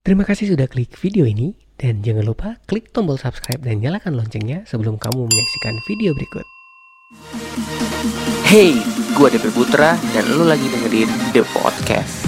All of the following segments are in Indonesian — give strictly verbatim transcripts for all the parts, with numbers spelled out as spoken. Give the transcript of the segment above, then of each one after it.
Terima kasih sudah klik video ini dan jangan lupa klik tombol subscribe dan nyalakan loncengnya sebelum kamu menyaksikan video berikut. Hey, gue D P Putra dan lu lagi dengerin The Podcast.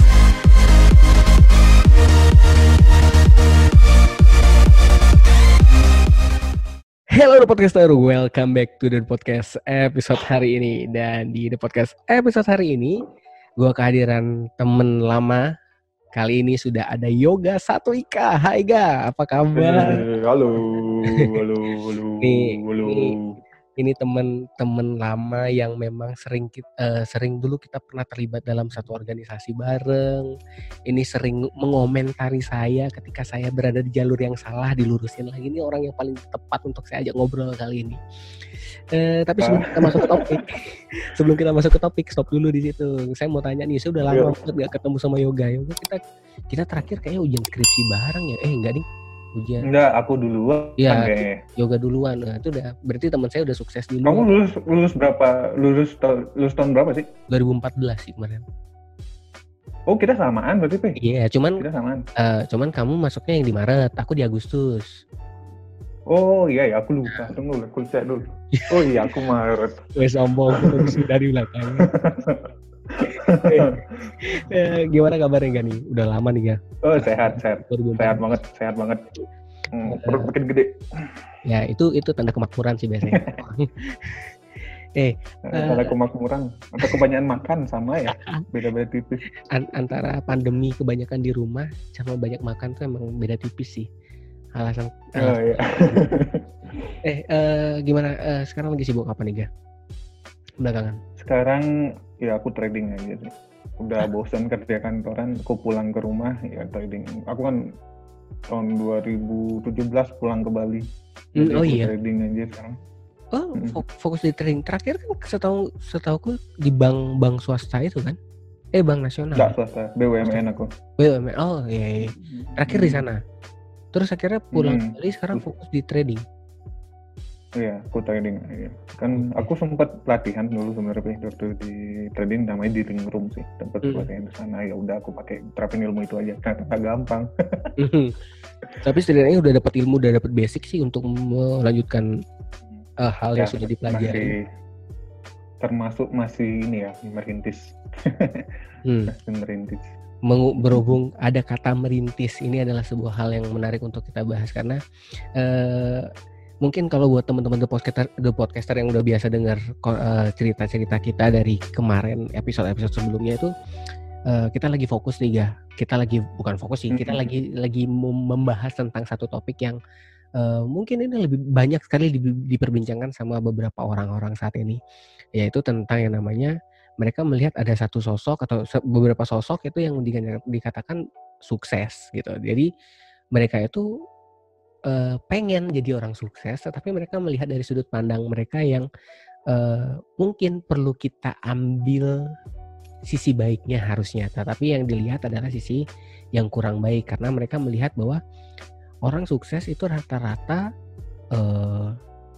Hello The Podcaster, welcome back to The Podcast episode hari ini. Dan di The Podcast episode hari ini, gue kehadiran temen lama. Kali ini sudah ada Yoga Satu Ika. Hai Ga, apa kabar? Hey, halo, halo, halo, nih, halo. Ini, ini teman-teman lama yang memang sering kita, uh, sering dulu kita pernah terlibat dalam satu organisasi bareng. Ini sering mengomentari saya ketika saya berada di jalur yang salah, dilurusin lagi. Ini orang yang paling tepat untuk saya ajak ngobrol kali ini. Uh, tapi sebelum kita masuk ke topik, sebelum kita masuk ke topik, stop dulu di situ. Saya mau tanya nih, saya udah lama banget gak ketemu sama Yoga. Yoga kita kita terakhir kayaknya ujian skripsi bareng ya? Eh enggak nih, ujian. Enggak, aku duluan. Ya, kayaknya. Yoga duluan. Nah, itu udah berarti teman saya udah sukses dulu. Kamu lulus lulus berapa? Lulus tahun lulus tahun berapa sih? dua ribu empat belas sih kemarin. Oh, kita samaan berarti, Pe? Iya, cuman Kita samaan. uh, cuman kamu masuknya yang di Maret, aku di Agustus. Oh iya ya, aku lupa. Tunggu, aku cek dulu. Oh iya, aku Maret. Wes sombong dari belakang. eh, gimana kabarnya Ga nih? Udah lama nih Ga. Oh sehat, sehat, sehat banget, sehat banget. Hmm, perut makin gede. Ya itu itu tanda kemakmuran sih biasanya. eh, tanda kemakmuran atau kebanyakan makan sama ya, beda-beda tipis. An- antara pandemi kebanyakan di rumah sama banyak makan tuh emang beda tipis sih. Alasan. Oh alasan. iya. eh, uh, gimana? Uh, sekarang lagi sibuk apa nih Ga? Belakangan. Sekarang ya aku trading aja sih. Udah bosan kerja kantoran, aku pulang ke rumah ya trading. Aku kan tahun dua ribu tujuh belas pulang ke Bali. Mm, oh iya. Trading aja sekarang. Oh, hmm. fokus di trading. Terakhir kan setahu setahuku di bank bank swasta itu kan? Eh, bank nasional. Enggak swasta, B U M N aku. B U M N. Oh, iya, iya. Terakhir hmm. di sana. Terus akhirnya pulang hmm. ke Bali, sekarang fokus di trading. Iya, aku trading. Iya. Kan aku sempat pelatihan dulu sebenarnya waktu di trading, namanya di link room sih. Tempat hmm. pelatihan di sana. Ya udah aku pakai terapin ilmu itu aja. Ternyata gampang. Tapi setidaknya udah dapat ilmu, udah dapat basic sih untuk melanjutkan uh, hal yang ya, sudah dipelajari. Masih, termasuk masih ini ya, merintis. hmm. Masih merintis. Mengu- berhubung ada kata merintis, ini adalah sebuah hal yang menarik untuk kita bahas karena uh, mungkin kalau buat teman-teman The Podcaster, The Podcaster yang udah biasa dengar uh, cerita-cerita kita dari kemarin episode-episode sebelumnya itu uh, kita lagi fokus nih Ga. Kita lagi bukan fokus sih, kita lagi lagi membahas tentang satu topik yang uh, mungkin ini lebih banyak sekali di, diperbincangkan sama beberapa orang-orang saat ini, yaitu tentang yang namanya mereka melihat ada satu sosok atau beberapa sosok itu yang dikatakan sukses gitu. Jadi mereka itu uh, pengen jadi orang sukses, tetapi mereka melihat dari sudut pandang mereka yang uh, mungkin perlu kita ambil sisi baiknya harusnya, tetapi yang dilihat adalah sisi yang kurang baik karena mereka melihat bahwa orang sukses itu rata-rata uh,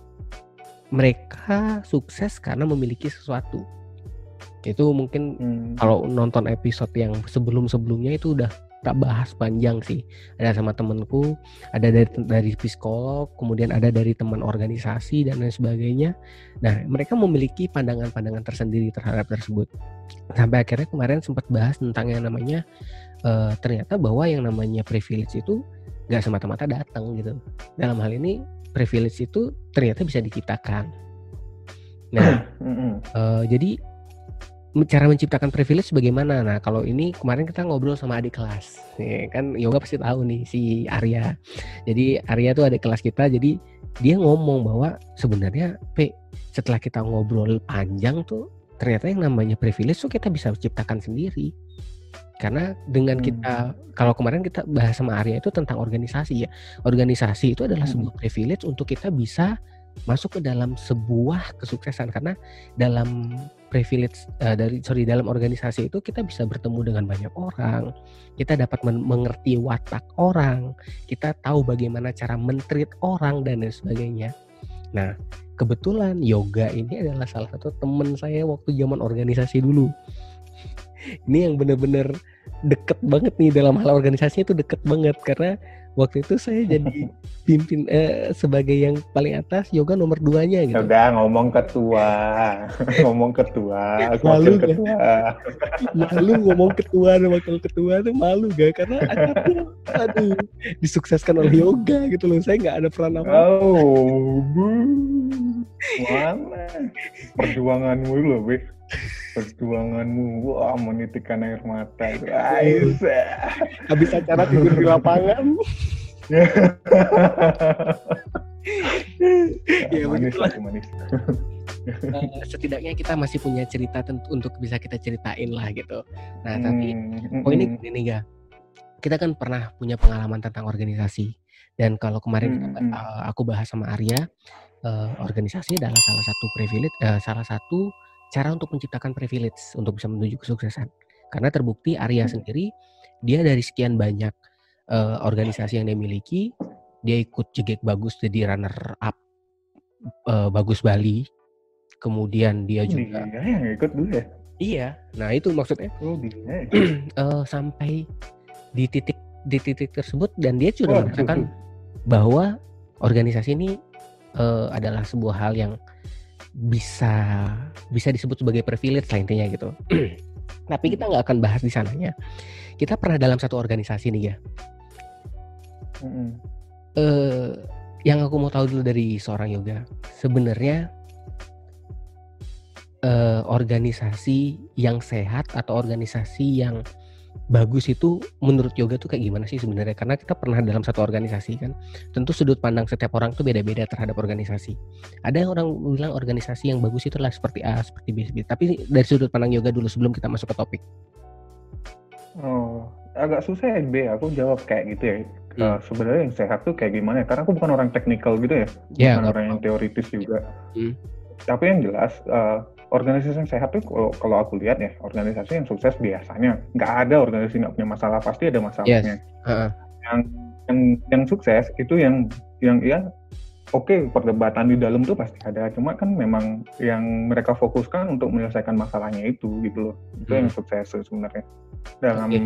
mereka sukses karena memiliki sesuatu. Itu mungkin hmm. kalau nonton episode yang sebelum-sebelumnya itu udah tak bahas panjang sih. Ada sama temenku, ada dari dari psikolog, kemudian ada dari teman organisasi dan lain sebagainya. Nah, mereka memiliki pandangan-pandangan tersendiri terhadap tersebut. Sampai akhirnya kemarin sempat bahas tentang yang namanya uh, ternyata bahwa yang namanya privilege itu nggak semata-mata datang gitu. Dalam hal ini privilege itu ternyata bisa diciptakan. Nah, uh, jadi cara menciptakan privilege bagaimana? Nah, kalau ini kemarin kita ngobrol sama adik kelas. Nih, kan Yoga pasti tahu nih si Arya. Jadi Arya tuh adik kelas kita. Jadi dia ngomong bahwa sebenarnya P setelah kita ngobrol panjang tuh ternyata yang namanya privilege tuh kita bisa ciptakan sendiri. Karena dengan kita hmm. kalau kemarin kita bahas sama Arya itu tentang organisasi ya. Organisasi itu adalah hmm. sebuah privilege untuk kita bisa masuk ke dalam sebuah kesuksesan karena dalam privilege uh, dari sorry dalam organisasi itu kita bisa bertemu dengan banyak orang, kita dapat men- mengerti watak orang, kita tahu bagaimana cara men-treat orang dan lain sebagainya. Nah, kebetulan Yoga ini adalah salah satu teman saya waktu zaman organisasi dulu. Ini yang benar-benar deket banget nih dalam hal organisasinya itu deket banget karena waktu itu saya jadi pimpin eh, sebagai yang paling atas, Yoga nomor duanya gitu. Udah ngomong ketua, ngomong ketua, malu wakil ketua. Malu ngomong ketua dan wakil ketua tuh malu gak? Karena acaranya aduh disukseskan oleh Yoga gitu loh. Saya nggak ada peran apa. Oh, bu, mana perjuanganmu loh, Be? Perjuanganmu, wah menitikan air mata. Ais. Habis acara tidur di lapangan. Ya manis begitulah. manis. Uh, setidaknya kita masih punya cerita tentu untuk bisa kita ceritain lah gitu. Nah hmm, tapi hmm, poinnya gini nih, kita kan pernah punya pengalaman tentang organisasi. Dan kalau kemarin hmm, kita, uh, aku bahas sama Arya, uh, organisasi adalah salah satu privilege, uh, salah satu cara untuk menciptakan privilege untuk bisa menuju kesuksesan. Karena terbukti Arya hmm. sendiri, dia dari sekian banyak uh, organisasi yang dia miliki, dia ikut Jegek Bagus jadi runner up uh, Bagus Bali. Kemudian dia juga dia yang ikut dulu ya? Iya, nah itu maksudnya. Oh dia. uh, sampai di titik di titik tersebut dan dia sudah oh, mengatakan bahwa organisasi ini uh, adalah sebuah hal yang bisa bisa disebut sebagai privilege lah intinya gitu. Tapi kita nggak akan bahas di sananya. Kita pernah dalam satu organisasi nih ya. Mm-hmm. Uh, yang aku mau tahu dulu dari seorang Yoga, sebenarnya uh, organisasi yang sehat atau organisasi yang bagus itu menurut Yoga tuh kayak gimana sih sebenarnya? Karena kita pernah dalam satu organisasi kan. Tentu sudut pandang setiap orang tuh beda-beda terhadap organisasi. Ada yang orang bilang organisasi yang bagus itu adalah seperti A, seperti B, seperti B. Tapi dari sudut pandang Yoga dulu sebelum kita masuk ke topik. Oh, agak susah ya B. Aku jawab kayak gitu ya. Hmm. Uh, sebenarnya yang sehat tuh kayak gimana? Karena aku bukan orang teknikal gitu ya. Yeah, bukan orang yang teoritis juga. Hmm. Tapi yang jelas uh, organisasi yang sehat tuh kalau, kalau aku lihat ya, organisasi yang sukses biasanya nggak ada organisasi nggak punya masalah, pasti ada masalahnya. Yes. Uh-huh. Yang yang yang sukses itu yang yang ya oke okay, perdebatan di dalam tuh pasti ada, cuma kan memang yang mereka fokuskan untuk menyelesaikan masalahnya itu gitu loh. Itu hmm. yang sukses sebenarnya. Dalam okay.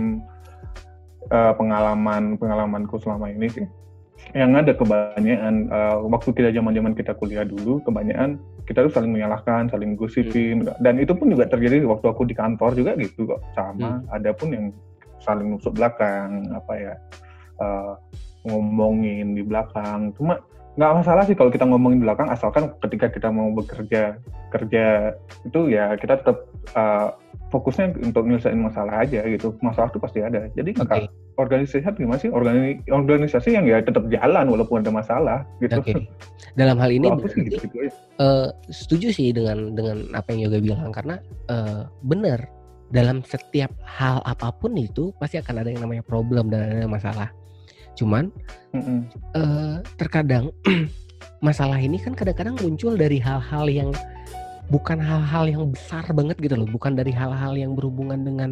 uh, pengalaman pengalamanku selama ini sih. Yang ada kebanyakan uh, waktu kita zaman-zaman kita kuliah dulu, kebanyakan kita tuh saling menyalahkan, saling gosipin, hmm. dan itu pun juga terjadi waktu aku di kantor juga gitu kok, sama. Hmm. Ada pun yang saling nusuk belakang, apa ya, uh, ngomongin di belakang. Cuma nggak masalah sih kalau kita ngomongin di belakang, asalkan ketika kita mau bekerja kerja itu ya kita tetap uh, fokusnya untuk menyelesaikan masalah aja gitu. Masalah itu pasti ada. Jadi okay. organisasi sehat gimana sih? Organi- organisasi yang ya tetap jalan walaupun ada masalah gitu. Okay. Dalam hal ini berarti, gitu, gitu aja. Uh, setuju sih dengan dengan apa yang Yoga bilang karena uh, benar dalam setiap hal apapun itu pasti akan ada yang namanya problem dan ada masalah. Cuman mm-hmm. uh, terkadang masalah ini kan kadang-kadang muncul dari hal-hal yang bukan hal-hal yang besar banget gitu loh, bukan dari hal-hal yang berhubungan dengan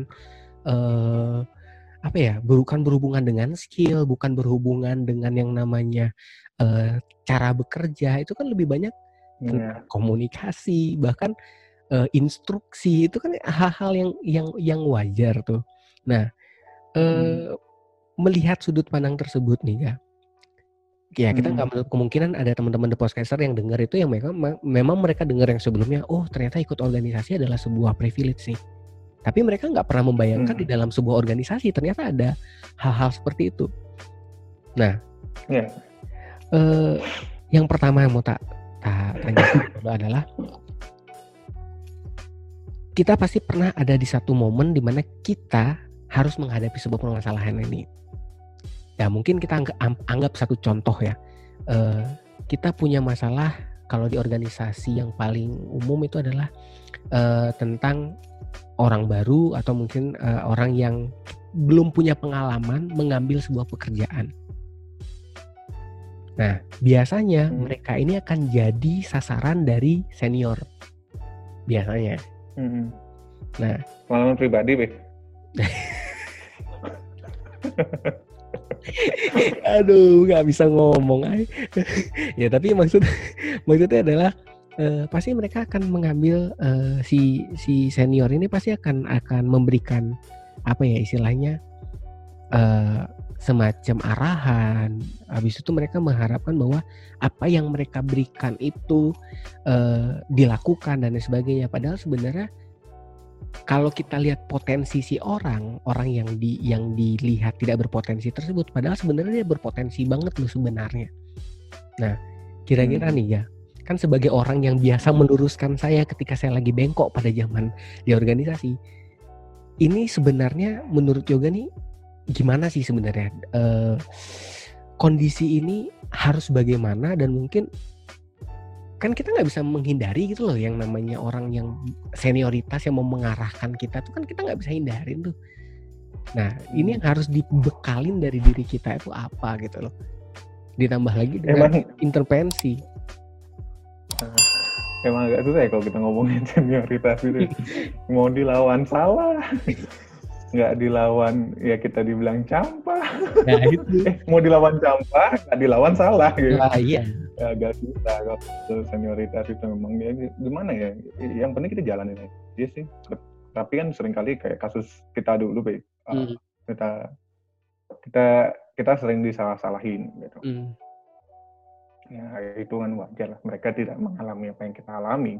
uh, apa ya, bukan berhubungan dengan skill, bukan berhubungan dengan yang namanya uh, cara bekerja. Itu kan lebih banyak yeah. komunikasi, bahkan uh, instruksi. Itu kan hal-hal yang yang yang wajar tuh. Nah, uh, hmm. melihat sudut pandang tersebut nih ya. Ya kita nggak hmm. menutup kemungkinan ada teman-teman The Podcaster yang dengar itu yang mereka memang mereka dengar yang sebelumnya, oh ternyata ikut organisasi adalah sebuah privilege sih. Tapi mereka nggak pernah membayangkan hmm. di dalam sebuah organisasi ternyata ada hal-hal seperti itu. Nah, yeah. eh, yang pertama yang mau tak ta, tanya adalah kita pasti pernah ada di satu momen di mana kita harus menghadapi sebuah permasalahan ini. Ya mungkin kita anggap, anggap satu contoh ya, uh, kita punya masalah kalau di organisasi yang paling umum itu adalah uh, tentang orang baru atau mungkin uh, orang yang belum punya pengalaman mengambil sebuah pekerjaan. Nah biasanya hmm. mereka ini akan jadi sasaran dari senior, biasanya. Hmm. Nah pengalaman pribadi, Be. Aduh, nggak bisa ngomong ay. Ya tapi maksud maksudnya adalah uh, pasti mereka akan mengambil uh, si si senior ini pasti akan akan memberikan apa ya istilahnya uh, semacam arahan. Habis itu mereka mengharapkan bahwa apa yang mereka berikan itu uh, dilakukan dan sebagainya. Padahal sebenarnya kalau kita lihat potensi si orang, orang yang di yang dilihat tidak berpotensi tersebut, padahal sebenarnya dia berpotensi banget loh sebenarnya. Nah, kira-kira hmm. nih ya, kan sebagai orang yang biasa meluruskan saya ketika saya lagi bengkok pada zaman di organisasi, ini sebenarnya menurut Yoga nih gimana sih sebenarnya uh, kondisi ini harus bagaimana, dan mungkin kan kita nggak bisa menghindari gitu loh yang namanya orang yang senioritas yang mau mengarahkan kita tuh kan kita nggak bisa hindarin tuh. Nah ini yang harus dibekalin dari diri kita itu apa gitu loh, ditambah lagi dengan emang, intervensi. Emang agak susah ya kalau kita ngomongin senioritas itu. Mau dilawan salah, nggak dilawan ya kita dibilang campa. Nah itu. eh, mau dilawan campa, nggak dilawan salah gitu. Nah, iya. Ya, agak susah kalau senioritas itu memang ya gimana ya. Yang penting kita jalanin aja sih. Tapi kan seringkali kayak kasus kita dulu, Be. Hmm. Kita kita kita sering disalah-salahin gitu. Hmm. Ya itu kan wajar lah, mereka tidak mengalami apa yang kita alami.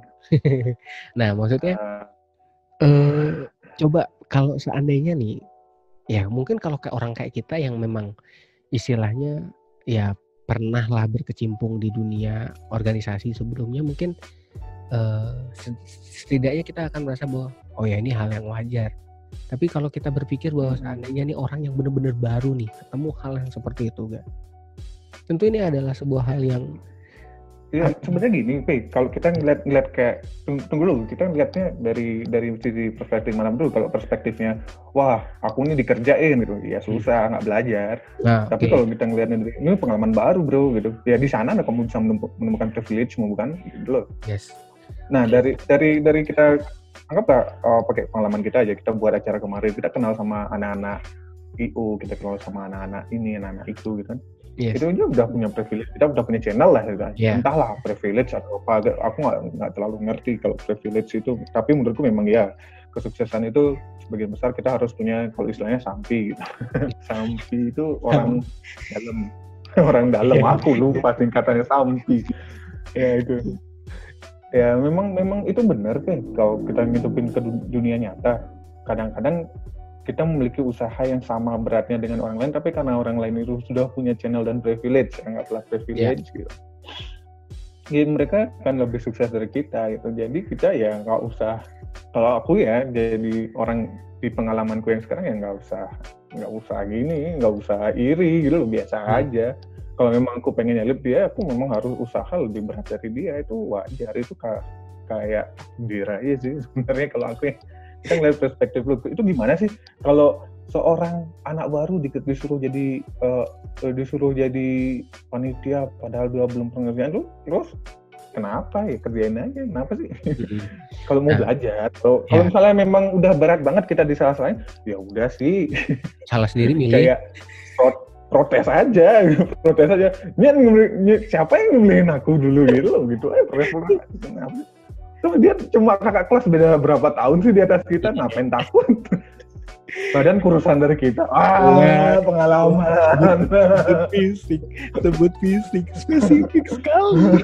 Nah maksudnya uh, uh, coba kalau seandainya nih ya mungkin kalau kayak orang kayak kita yang memang istilahnya ya pernah lah berkecimpung di dunia organisasi sebelumnya, mungkin uh, setidaknya kita akan merasa bahwa oh ya ini hal yang wajar. Tapi kalau kita berpikir bahwa seandainya nih orang yang benar-benar baru nih ketemu hal yang seperti itu gak? Tentu ini adalah sebuah hal yang ya sebenarnya gini, Pe, kalau kita ngeliat ngeliat kayak tunggu dulu, kita ngeliatnya dari dari sisi perspektif mana dulu. Kalau perspektifnya, wah aku ini dikerjain gitu, ya susah nggak belajar. Nah, tapi okay. Kalau kita ngeliatnya dari ini pengalaman baru bro gitu, ya di sana kamu bisa menemukan privilege, bukan gitu loh. Yes. Nah dari dari dari kita anggaplah uh, pakai pengalaman kita aja, kita buat acara kemarin, kita kenal sama anak-anak I O, kita kenal sama anak-anak ini, anak-anak itu gitu kan. Yes. Itu aja udah punya privilege, kita udah punya channel lah gitu. Yeah. Entahlah privilege atau apa, aku nggak nggak terlalu ngerti kalau privilege itu. Tapi menurutku memang ya kesuksesan itu sebagian besar kita harus punya, kalau istilahnya sampi gitu. Sampi itu orang dalam, orang dalam. Aku lupa singkatannya sampi. Ya itu. Ya memang memang itu benar kan, kalau kita ngitupin ke dunia nyata. Kadang-kadang kita memiliki usaha yang sama beratnya dengan orang lain, tapi karena orang lain itu sudah punya channel dan privilege, anggaplah privilege yeah. gitu. Jadi mereka akan lebih sukses dari kita gitu. Jadi kita ya nggak usah, kalau aku ya jadi orang di pengalamanku yang sekarang ya nggak usah nggak usah gini, nggak usah iri gitu loh, biasa hmm. aja. Kalau memang aku pengen nyalip dia, aku memang harus usaha lebih berat dari dia, itu wajar, itu kayak kayak dira aja sih sebenarnya kalau aku ya. Kita ngeliat perspektif lu, itu gimana sih kalau seorang anak baru di, disuruh jadi uh, disuruh jadi panitia padahal dia belum pengerjaan lu, terus kenapa ya kerjain aja, kenapa sih? Kalau mau nah, belajar, atau kalau ya. Misalnya memang udah berat banget kita disalah-salahin, ya udah sih. Salah sendiri milih. Kayak pro- protes aja, protes aja. Ini siapa yang memilihin aku dulu gitu loh, gitu aja protes-protes. Kenapa? Tuh dia cuma kakak kelas beda berapa tahun sih di atas kita, ngapain takut? Badan kurusan dari kita. Ah, ya, pengalaman. Sebut fisik, sebut fisik, spesifik sekali.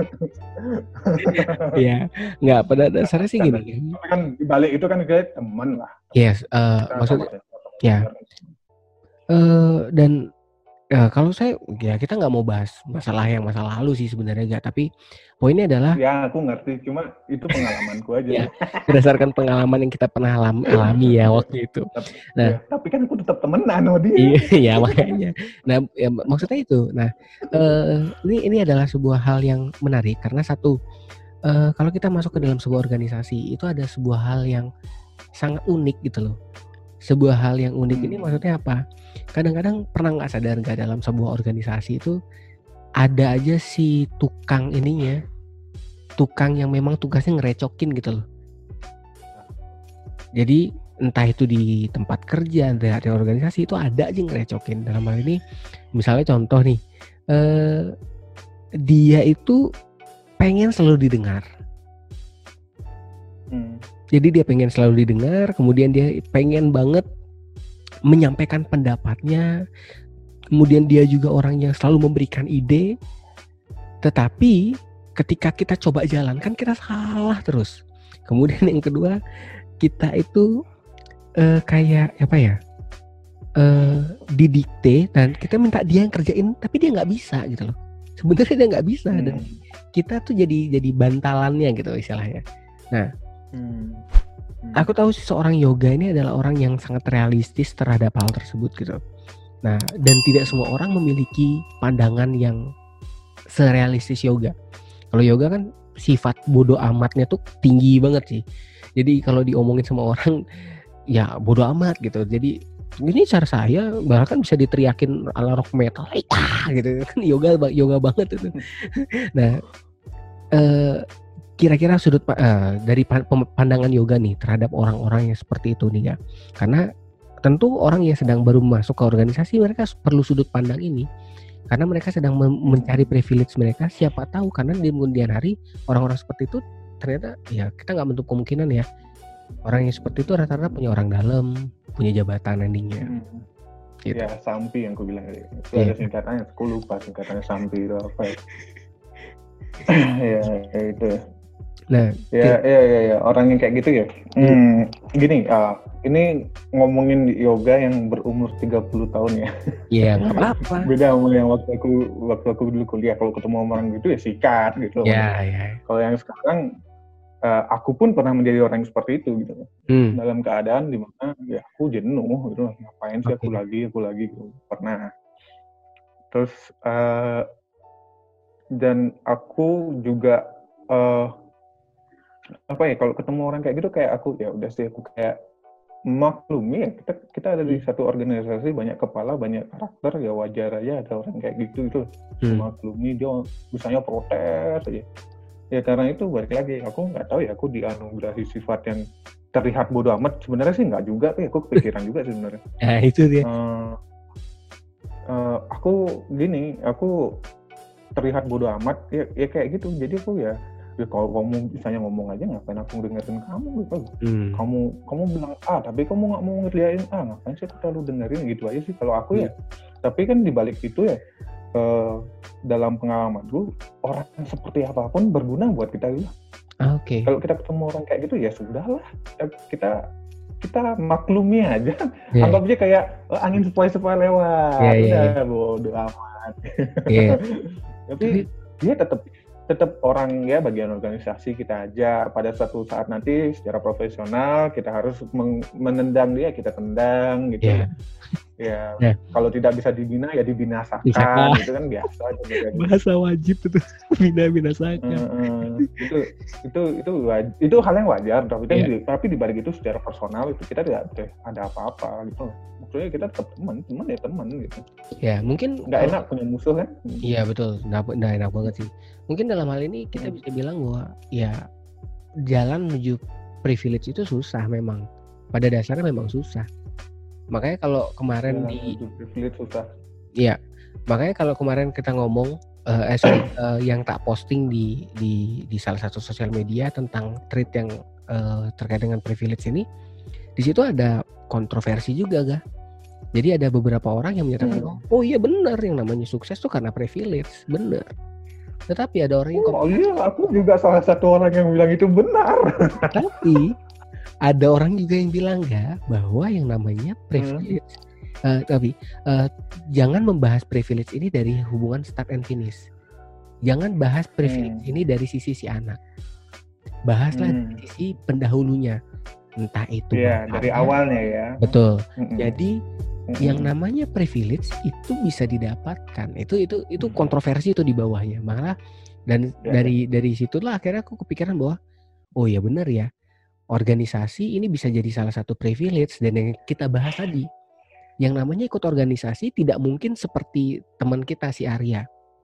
Ya, nggak pada dasarnya sih gini. Tapi kan dibalik itu kan kayak teman lah. Yes, uh, maksudnya, ya. Uh, dan uh, kalau saya, ya kita nggak mau bahas masalah yang masa lalu sih sebenarnya nggak, tapi poinnya adalah ya aku ngerti, cuma itu pengalamanku aja. Ya, berdasarkan pengalaman yang kita pernah alami, alami ya waktu itu. Tapi, nah, ya, tapi kan aku tetap temenan sama dia. Iya, ya, makanya. Nah, ya, maksudnya itu. Nah, uh, ini ini adalah sebuah hal yang menarik karena satu, uh, kalau kita masuk ke dalam sebuah organisasi itu ada sebuah hal yang sangat unik gitu loh. Sebuah hal yang unik hmm. ini maksudnya apa? Kadang-kadang pernah nggak sadar nggak dalam sebuah organisasi itu ada aja si tukang ininya, tukang yang memang tugasnya ngerecokin gitu loh. Jadi entah itu di tempat kerja, entah di organisasi itu ada aja ngerecokin. Dalam hal ini, misalnya contoh nih, eh, dia itu pengen selalu didengar. Hmm. Jadi dia pengen selalu didengar, kemudian dia pengen banget menyampaikan pendapatnya, kemudian dia juga orang yang selalu memberikan ide. Tetapi ketika kita coba jalankan kita salah terus. Kemudian yang kedua, kita itu uh, kayak apa ya? Uh, didikte dan kita minta dia yang kerjain, tapi dia nggak bisa gitu loh. Sebenarnya dia nggak bisa hmm. dan kita tuh jadi jadi bantalannya gitu istilahnya. Nah, hmm. Hmm. aku tahu seorang yoga ini adalah orang yang sangat realistis terhadap hal tersebut gitu. Nah, dan tidak semua orang memiliki pandangan yang serealistis yoga. Kalau yoga kan sifat bodoh amatnya tuh tinggi banget sih. Jadi kalau diomongin sama orang ya bodoh amat gitu. Jadi ini cara saya bahkan bisa diteriakin ala rock metal, ah gitu kan yoga yoga banget itu. Nah, eh, kira-kira sudut eh, dari pandangan yoga nih terhadap orang-orang yang seperti itu nih ya. Karena tentu orang yang sedang baru masuk ke organisasi mereka perlu sudut pandang ini. Karena mereka sedang mencari privilege mereka, siapa tahu karena di kemudian hari orang-orang seperti itu ternyata ya kita nggak menutup kemungkinan ya orang yang seperti itu rata-rata punya orang dalam, punya jabatan endingnya. Hmm. Gitu. Ya sampi yang aku bilang tadi. Itu yeah. Ada singkatannya, aku lupa singkatannya sampi itu apa ya? ya, ya itu. Nah, ya, ya, ya, ya, orang yang kayak gitu ya. Hmm, gini, uh, ini ngomongin yoga yang berumur tiga puluh tahun ya. Iya, nggak apa-apa. Beda sama yang waktu aku waktu aku dulu kuliah, kalau ketemu orang gitu ya sikat gitu. Iya, iya. Kalau yang sekarang, uh, aku pun pernah menjadi orang yang seperti itu gitu. Hmm. Dalam keadaan dimana ya aku jenuh gitu, ngapain sih okay. aku lagi, aku lagi gitu. Pernah. Terus uh, dan aku juga uh, apa ya kalau ketemu orang kayak gitu kayak aku ya udah sih aku kayak maklumi ya kita kita ada di satu organisasi banyak kepala banyak karakter ya wajar aja ada orang kayak gitu itu hmm. maklumi dia misalnya protes aja ya karena itu balik lagi aku nggak tahu ya aku dianugerahi sifat yang terlihat bodoh amat sebenarnya sih nggak juga tapi aku kepikiran juga sih sebenarnya. Nah itu dia. Uh, uh, aku gini aku terlihat bodoh amat ya, ya kayak gitu jadi aku ya ya kalau kamu misalnya ngomong aja ngapain aku dengerin kamu gitu hmm. kamu kamu bilang A tapi kamu nggak mau ngerjain A ngapain sih aku terlalu dengerin gitu aja sih kalau aku hmm. ya tapi kan dibalik itu ya eh, dalam pengalamanku orang seperti apapun berguna buat kita gitu. Ah, Oke. Okay. Kalau kita ketemu orang kayak gitu ya sudahlah kita kita maklumi aja yeah. Anggap aja kayak oh, angin sepoi-sepoi lewat yeah, udah yeah. bodo amat yeah. tapi dia tetap tetap orang ya bagian organisasi kita aja pada suatu saat nanti secara profesional kita harus meng- menendang dia kita tendang gitu yeah. ya yeah. Kalau tidak bisa dibina ya dibinasakan Bisa. Itu kan biasa bahasa wajib itu bina binasakan uh, itu itu itu waj- itu hal yang wajar tapi yeah. di, tapi dibalik itu secara personal itu kita tidak ada apa-apa gitu maksudnya kita tetap teman teman ya teman gitu ya mungkin nggak enak punya musuh kan iya betul nggak nggak enak banget sih mungkin dalam hal ini kita bisa bilang bahwa ya jalan menuju privilege itu susah memang pada dasarnya memang susah makanya kalau kemarin jalan di privilege susah iya makanya kalau kemarin kita ngomong uh, eh, sorry, uh, yang tak posting di di di salah satu sosial media tentang tweet yang uh, terkait dengan privilege ini di situ ada kontroversi juga ga jadi ada beberapa orang yang menyatakan hmm. oh iya benar yang namanya sukses tuh karena privilege benar tetapi ada orang yang oh iya aku juga salah satu orang yang bilang itu benar tapi ada orang juga yang bilang enggak bahwa yang namanya privilege hmm. uh, tapi uh, jangan membahas privilege ini dari hubungan start and finish jangan bahas privilege hmm. ini dari sisi si anak bahaslah hmm. dari sisi pendahulunya entah itu ya, dari awalnya ya betul hmm. jadi hmm. yang namanya privilege itu bisa didapatkan itu itu itu kontroversi itu di bawahnya malah dan ya. dari dari situlah akhirnya aku kepikiran bahwa oh ya benar ya organisasi ini bisa jadi salah satu privilege dan yang kita bahas tadi yang namanya ikut organisasi tidak mungkin seperti teman kita si Arya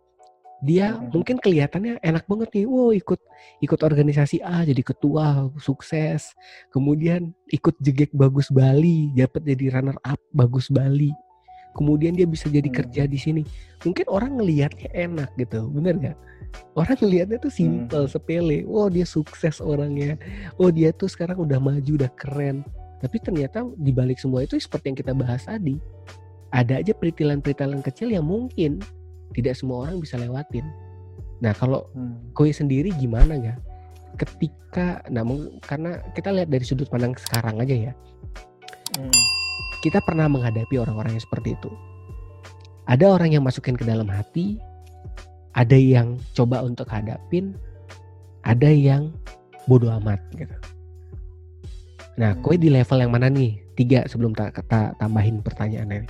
dia hmm. mungkin kelihatannya enak banget nih, wow ikut ikut organisasi A jadi ketua sukses, kemudian ikut jegek bagus Bali, dapat jadi runner up bagus Bali, kemudian dia bisa jadi hmm. kerja di sini. Mungkin orang ngelihatnya enak gitu, bener nggak? Orang ngelihatnya tuh simple, hmm. sepele, wow dia sukses orangnya, oh dia tuh sekarang udah maju, udah keren. Tapi ternyata di balik semua itu seperti yang kita bahas tadi, ada aja peritilan-peritilan kecil yang mungkin tidak semua orang bisa lewatin. Nah kalau hmm. Koi sendiri gimana nggak? Ketika, nah karena kita lihat dari sudut pandang sekarang aja ya, hmm. kita pernah menghadapi orang-orang yang seperti itu. Ada orang yang masukin ke dalam hati, ada yang coba untuk hadapin, ada yang bodoh amat gitu. Nah, hmm. Koi di level yang mana nih? Tiga sebelum tak ta, tambahin pertanyaannya.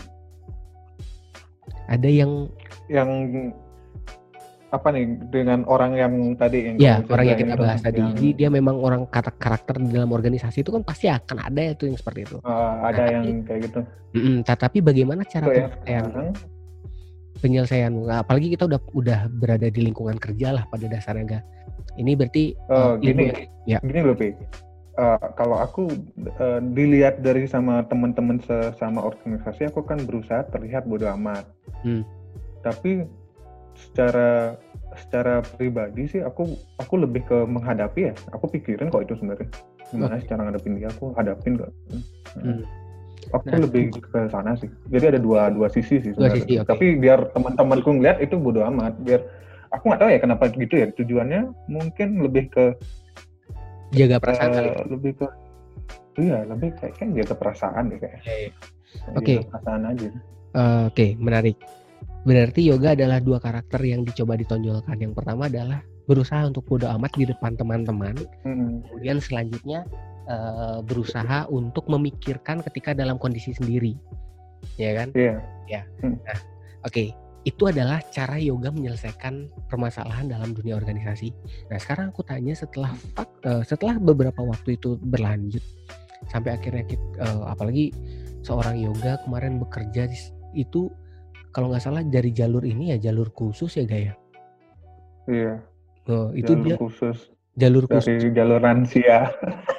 Ada yang yang apa nih dengan orang yang tadi yang ya orang yang kita bahas tadi. Yang... Jadi dia memang orang kata karakter di dalam organisasi itu kan pasti akan ada itu yang seperti itu. Uh, ada nah, yang tapi, kayak gitu. Mm-mm, tetapi bagaimana cara ya, penyelesaian? Penyelesaian, apalagi kita udah udah berada di lingkungan kerja lah pada dasarnya. Ini berarti uh, uh, gini, ya. Gini loh, Pi. Uh, kalau aku uh, dilihat dari sama teman-teman sesama organisasi, aku kan berusaha terlihat bodoh amat. Hmm. Tapi secara secara pribadi sih, aku aku lebih ke menghadapi ya. Aku pikirin kok itu sebenarnya gimana okay. cara ngadepin dia, aku hadapin kok. Hmm. Aku nah, lebih ke sana sih. Jadi ada dua dua sisi sih sebenarnya. Dua sisi, okay. Tapi biar teman-temanku ngeliat itu bodoh amat. Biar aku nggak tahu ya kenapa gitu ya. Tujuannya mungkin lebih ke jaga perasaan uh, kali. Lebih ke iya lebih kayak kan jaga perasaan deh kayak. Yeah, yeah. Oke. Okay. Perasaan aja. Uh, Oke okay, menarik. Berarti yoga adalah dua karakter yang dicoba ditonjolkan. Yang pertama adalah berusaha untuk bodo amat di depan teman-teman. Mm-hmm. Kemudian selanjutnya uh, berusaha untuk memikirkan ketika dalam kondisi sendiri, ya kan? Iya. Yeah. Ya. Mm. Nah, oke. Okay. Itu adalah cara yoga menyelesaikan permasalahan dalam dunia organisasi. Nah, sekarang aku tanya setelah uh, setelah beberapa waktu itu berlanjut sampai akhirnya kita, uh, apalagi seorang yoga kemarin bekerja itu kalau nggak salah dari jalur ini ya jalur khusus ya Gaya. Iya. Oh, itu jalur dia khusus. Jalur khusus. Dari jalur lansia.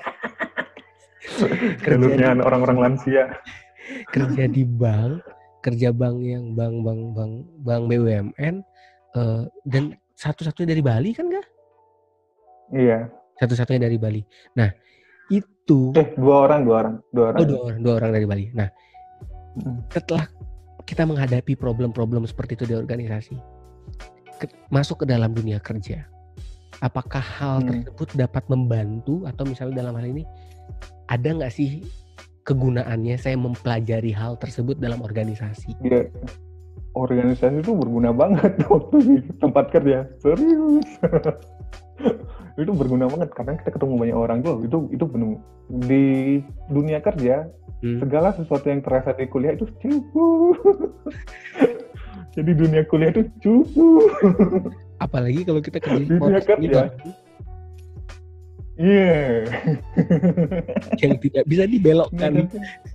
Jalurnya di, orang-orang lansia. Kerja di bank, kerja bank yang bank bank bank bank B U M N uh, dan satu-satunya dari Bali kan nggak? Iya. Satu-satunya dari Bali. Nah itu. Eh dua orang dua orang dua orang. Oh dua orang dua orang dari Bali. Nah hmm. setelah kita menghadapi problem-problem seperti itu di organisasi, ke, masuk ke dalam dunia kerja, apakah hal hmm. tersebut dapat membantu atau misalnya dalam hal ini ada nggak sih kegunaannya saya mempelajari hal tersebut dalam organisasi? Ya, organisasi itu berguna banget waktu di tempat kerja, serius. Itu berguna banget karena kita ketemu banyak orang tuh. Itu itu penuh di dunia kerja. Hmm. Segala sesuatu yang terasa di kuliah itu cupu. Jadi dunia kuliah itu cupu. Apalagi kalau kita kerja di dunia kerja. Iya. Yeah. Yang tidak bisa dibelokkan.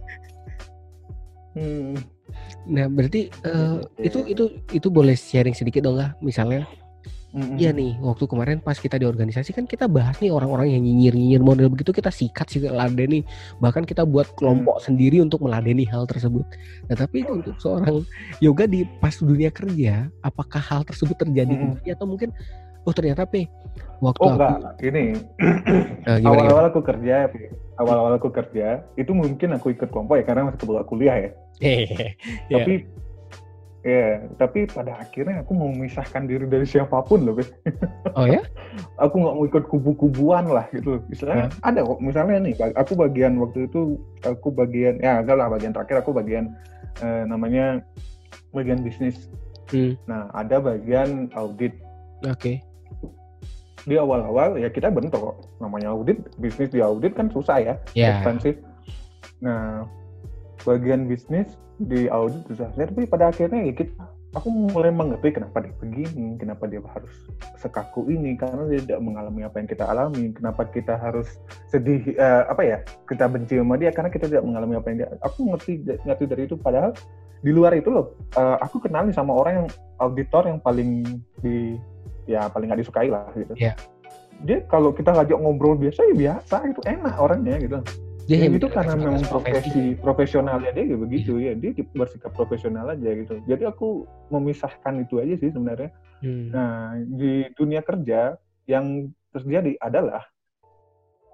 hmm. Nah, berarti uh, itu itu itu boleh sharing sedikit dong nggak? Misalnya, mm-hmm. iya nih, waktu kemarin pas kita di organisasi kan kita bahas nih orang-orang yang nyinyir-nyinyir model begitu kita sikat sih ladeni, bahkan kita buat kelompok mm. sendiri untuk meladeni hal tersebut. Nah, tapi untuk seorang yoga di pas dunia kerja, apakah hal tersebut terjadi mm. atau mungkin oh ternyata P waktu oh, aku enggak, ini uh, awal-awal aku kerja, awal-awal aku kerja itu mungkin aku ikut kelompok ya karena masih kebawa kuliah ya. Tapi ya, tapi pada akhirnya aku mau memisahkan diri dari siapapun loh, Be. Oh ya? Aku nggak mau ikut kubu-kubuan lah gitu. Misalnya huh? ada kok, misalnya nih, aku bagian waktu itu aku bagian ya agak lah bagian terakhir aku bagian eh, namanya bagian bisnis. Hmm. Nah ada bagian audit. Oke. Okay. Di awal-awal ya kita bentuk namanya audit, bisnis di audit kan susah ya, yeah. ekspensif. Nah bagian bisnis di audit susah, tapi pada akhirnya ya kita, aku mulai mengerti kenapa dia begini, kenapa dia harus sekaku ini, karena dia tidak mengalami apa yang kita alami. Kenapa kita harus sedih, uh, apa ya, kita benci sama dia karena kita tidak mengalami apa yang dia. Aku ngerti, ngerti dari itu. Padahal di luar itu loh, uh, aku kenal nih sama orang yang auditor yang paling di, ya paling nggak disukai lah gitu. Yeah. Dia kalau kita ngajak ngobrol biasa ya biasa, itu enak orangnya gitu. Ya, ya itu karena memang profesi profesionalnya dia gitu begitu ya, dia bersikap profesional aja gitu. Jadi aku memisahkan itu aja sih sebenarnya. Hmm. Nah di dunia kerja yang terjadi adalah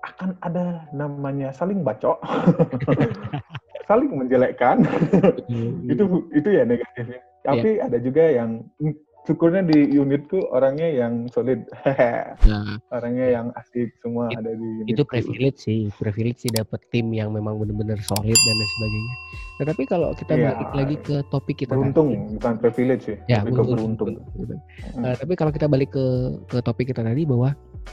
akan ada namanya saling bacok, saling menjelekkan. itu itu ya negatifnya. Tapi yeah. ada juga yang syukurnya di unitku orangnya yang solid, nah, orangnya yang asik semua it, ada di unitku. Itu privilege sih, privilege sih dapat tim yang memang benar-benar solid dan lain sebagainya. Nah, tapi kalau kita yeah. balik lagi ke topik kita beruntung, tadi, bukan privilege sih, ya, lebih beruntung, beruntung. beruntung. Hmm. Uh, tapi kalau kita balik ke ke topik kita tadi bahwa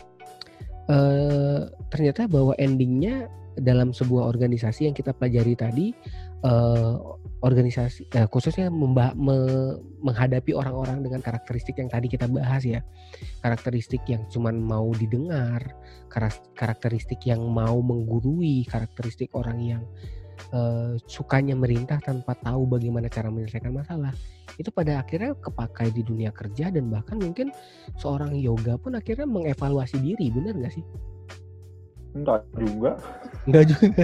uh, ternyata bahwa endingnya dalam sebuah organisasi yang kita pelajari tadi, uh, organisasi uh, khususnya membah- me- menghadapi orang-orang dengan karakteristik yang tadi kita bahas ya, karakteristik yang cuman mau didengar, karakteristik yang mau menggurui, karakteristik orang yang uh, sukanya merintah tanpa tahu bagaimana cara menyelesaikan masalah, itu pada akhirnya kepakai di dunia kerja dan bahkan mungkin seorang yoga pun akhirnya mengevaluasi diri, benar nggak sih? Enggak juga. Enggak juga.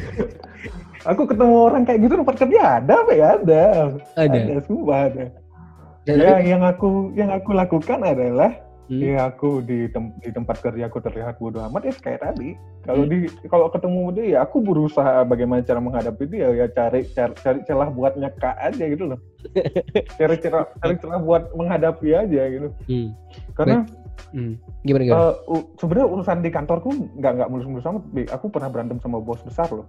Aku ketemu orang kayak gitu tempat kerja ada apa ya? Ada. Ada. Ada, sumpah ada. Dan ya, tapi... yang aku yang aku lakukan adalah hmm. ya aku di, tem- di tempat kerja aku terlihat bodoh amat ya kayak tadi. Kalau hmm. di kalau ketemu dia ya aku berusaha bagaimana cara menghadapi dia ya cari cari, cari celah buat nyeka aja gitu loh. cari celah cari celah buat menghadapi aja gitu. Hmm. Karena Hmm. Gimana gimana? Uh, uh, sebenarnya urusan di kantorku nggak nggak mulus-mulus amat. Aku pernah berantem sama bos besar loh.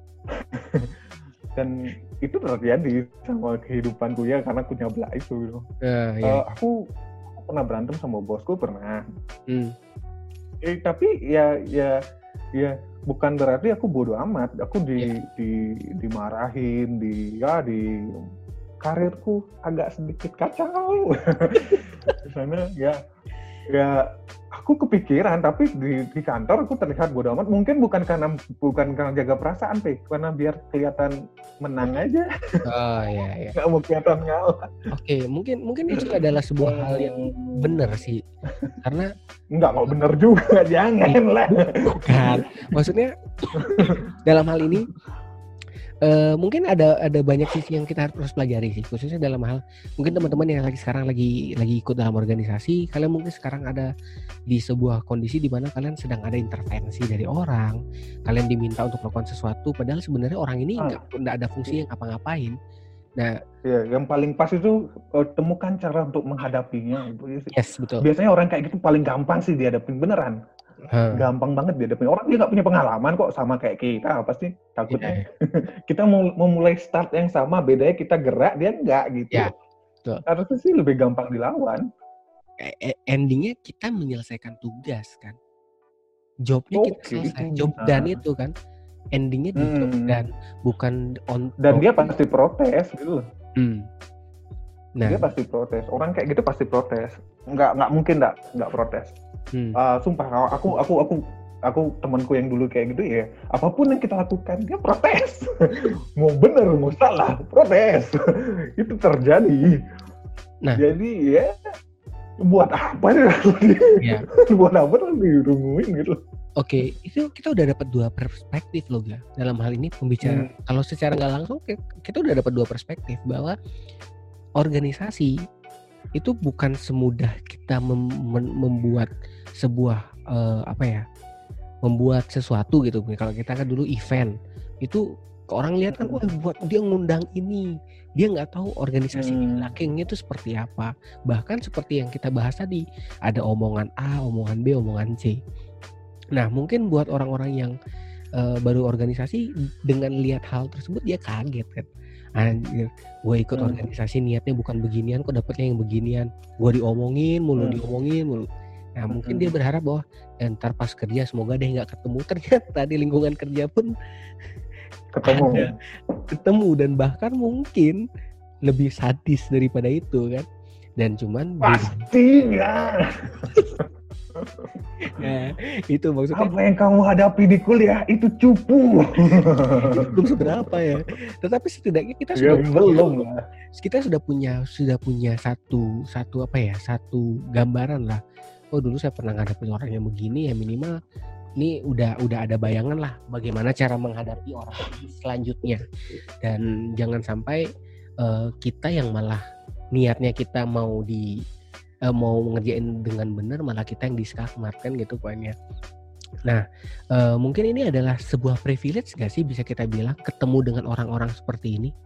Dan itu terjadi sama kehidupanku ya karena aku nyabla itu. Gitu. Uh, iya. uh, aku, aku pernah berantem sama bosku pernah. Hmm. Eh, tapi ya ya ya bukan berarti aku bodoh amat. Aku di yeah. di dimarahin di ya di karirku agak sedikit kacau. Di sana ya. Ya, aku kepikiran, tapi di, di kantor aku terlihat bodoh amat. Mungkin bukan karena bukan karena jaga perasaan, Pe. Karena biar kelihatan menang aja. Oh iya iya. Nggak mau kelihatan ngalah. Oke, mungkin mungkin itu adalah sebuah hal yang benar sih. Karena nggak mau benar juga, jangan lah. Bukan. Maksudnya dalam hal ini Uh, mungkin ada ada banyak sisi yang kita harus pelajari sih, khususnya dalam hal mungkin teman-teman yang lagi sekarang lagi lagi ikut dalam organisasi, kalian mungkin sekarang ada di sebuah kondisi di mana kalian sedang ada intervensi dari orang, kalian diminta untuk melakukan sesuatu, padahal sebenarnya orang ini nggak ah. nggak ada fungsi yang apa-ngapain. Nah, ya, yang paling pas itu uh, temukan cara untuk menghadapinya. Yes, betul. Biasanya orang kayak gitu paling gampang sih dihadapin beneran. Hmm. Gampang banget dihadapin. Orang dia nggak punya pengalaman kok sama kayak kita, pasti takutnya. Yeah. Kita mau memulai start yang sama, bedanya kita gerak, dia nggak gitu. Yeah. Betul. Harusnya sih lebih gampang dilawan. Endingnya kita menyelesaikan tugas kan. Jobnya okay. kita selesai. Job nah. dan itu kan. Endingnya di hmm. job dan bukan on. Dan dia pasti protes gitu. Hmm. Nah. Dia pasti protes. Orang kayak gitu pasti protes. Nggak nggak mungkin nggak nggak protes. Hmm. Uh, sumpah aku aku aku aku temanku yang dulu kayak gitu ya, apapun yang kita lakukan dia protes. Mau bener mau salah protes. Itu terjadi. Nah, jadi ya buat apa ya? Buat apa dirumuin gitu. Oke, itu kita udah dapat dua perspektif loh ga dalam hal ini pembicaraan. Hmm. Kalau secara nggak langsung kita udah dapat dua perspektif bahwa organisasi itu bukan semudah kita mem- mem- membuat sebuah uh, apa ya, membuat sesuatu gitu. Kalau kita kan dulu event itu orang lihat kan, wah buat dia ngundang ini, dia nggak tahu organisasi hmm. di belakangnya itu seperti apa. Bahkan seperti yang kita bahas tadi, ada omongan A, omongan B, omongan C. Nah mungkin buat orang-orang yang uh, baru organisasi dengan lihat hal tersebut dia kaget kan. Anjir, gue ikut hmm. organisasi niatnya bukan beginian, kok dapetnya yang beginian. Gue diomongin mulu, hmm. diomongin mulu. Nah mungkin hmm. dia berharap bahwa ya, ntar pas kerja semoga deh nggak ketemu. Ternyata di lingkungan kerja pun ketemu, ada, ketemu dan bahkan mungkin lebih sadis daripada itu kan. Dan cuman pastinya. Nah, itu maksudnya apa yang kamu hadapi di kuliah itu cupu. Belum seberapa ya. Tetapi setidaknya kita ya, sudah belum punya, kita sudah punya sudah punya satu satu apa ya satu gambaran lah. Oh dulu saya pernah ngadepin orang yang begini ya, minimal ini udah udah ada bayangan lah bagaimana cara menghadapi orang selanjutnya. Dan jangan sampai uh, kita yang malah niatnya kita mau di Uh, mau ngerjain dengan benar malah kita yang diskakmat kan gitu poinnya. Nah, uh, mungkin ini adalah sebuah privilege nggak sih bisa kita bilang ketemu dengan orang-orang seperti ini?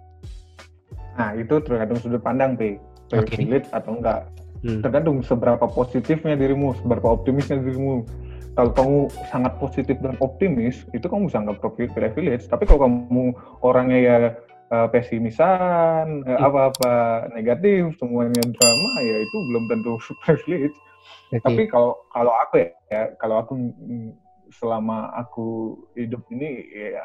Nah, itu tergantung sudut pandang, P. Privilege okay. atau enggak. Hmm. Tergantung seberapa positifnya dirimu, seberapa optimisnya dirimu. Kalau kamu sangat positif dan optimis, itu kamu bisa anggap privilege. Tapi kalau kamu orangnya ya uh, pesimisan, hmm. apa-apa negatif, semuanya drama, ya itu belum tentu privilege. Okay. Tapi kalau kalau aku ya, ya, kalau aku selama aku hidup ini ya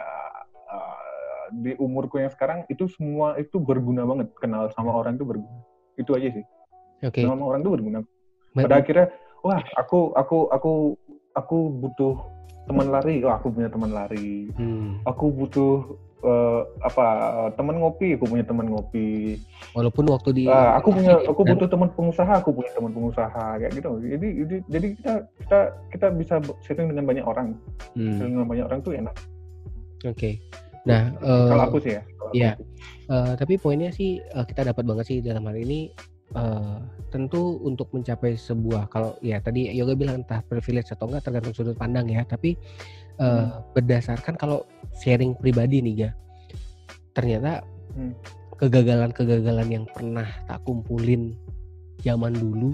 uh, di umurku yang sekarang itu semua itu berguna banget. Kenal sama orang itu berguna. Itu aja sih. Oke. Okay. Kenal sama orang itu berguna. Pada But... akhirnya, wah aku aku aku aku butuh teman lari. Wah aku punya teman lari. Hmm. Aku butuh uh, apa teman ngopi. Aku punya teman ngopi. Walaupun waktu di uh, aku punya aku butuh teman pengusaha. Aku punya teman pengusaha kayak gitu. Jadi jadi, jadi kita kita kita bisa sharing dengan banyak orang. Hmm. Sharing dengan banyak orang tuh enak. Oke. Okay. Nah, uh, kalau aku sih ya. Iya. Uh, tapi poinnya sih uh, kita dapat banget sih dalam hal ini. Uh, tentu untuk mencapai sebuah, kalau ya tadi Yoga bilang entah privilege atau enggak tergantung sudut pandang ya, tapi uh, hmm. berdasarkan kalau sharing pribadi nih ya, ternyata hmm. kegagalan-kegagalan yang pernah tak kumpulin zaman dulu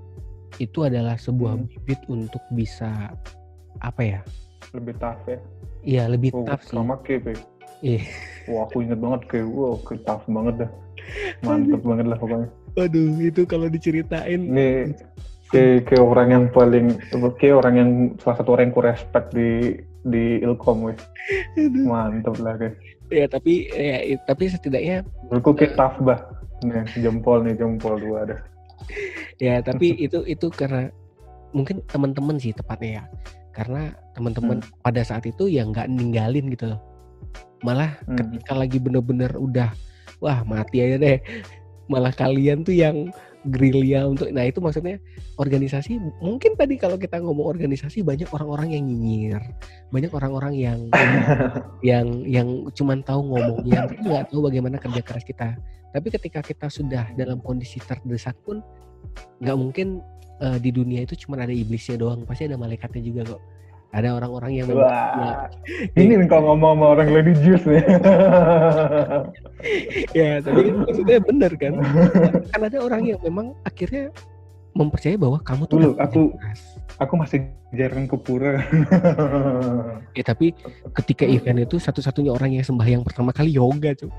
itu adalah sebuah hmm. bibit untuk bisa apa ya, lebih tough ya. Iya lebih oh, tough sih sama kayak iya. Wah aku inget banget kayak wow kayak tough banget dah, mantep banget lah pokoknya. Waduh, itu kalau diceritain. Ini kayak, kayak orang yang paling, kayak orang yang salah satu orang yang ku respect di di Ilkom, weh. Mantap lah kayak. Ya tapi ya tapi setidaknya. Menurutku kayak uh, tough bah. Nih jempol nih jempol dua ada. Ya tapi itu itu karena mungkin teman-teman sih tepatnya ya. Karena teman-teman hmm. pada saat itu ya nggak ninggalin gitu loh. Malah hmm. ketika lagi bener-bener udah wah mati aja deh. Malah kalian tuh yang gerilya untuk, nah itu maksudnya organisasi, mungkin tadi kalau kita ngomong organisasi banyak orang-orang yang nyinyir, banyak orang-orang yang yang yang cuman tahu ngomongnya, tapi nggak tahu bagaimana kerja keras kita. Tapi ketika kita sudah dalam kondisi terdesak pun, nggak mungkin uh, di dunia itu cuma ada iblisnya doang, pasti ada malaikatnya juga kok. Ada orang-orang yang memang ya, ini nih kalau ngomong sama orang religius nih. Ya, tapi kan maksudnya benar kan? Kan ada orang yang memang akhirnya mempercayai bahwa kamu tuh dulu aku keras. Aku masih jarang ke pura. Ya, tapi ketika event itu satu-satunya orang yang sembahyang pertama kali Yoga, Cuk.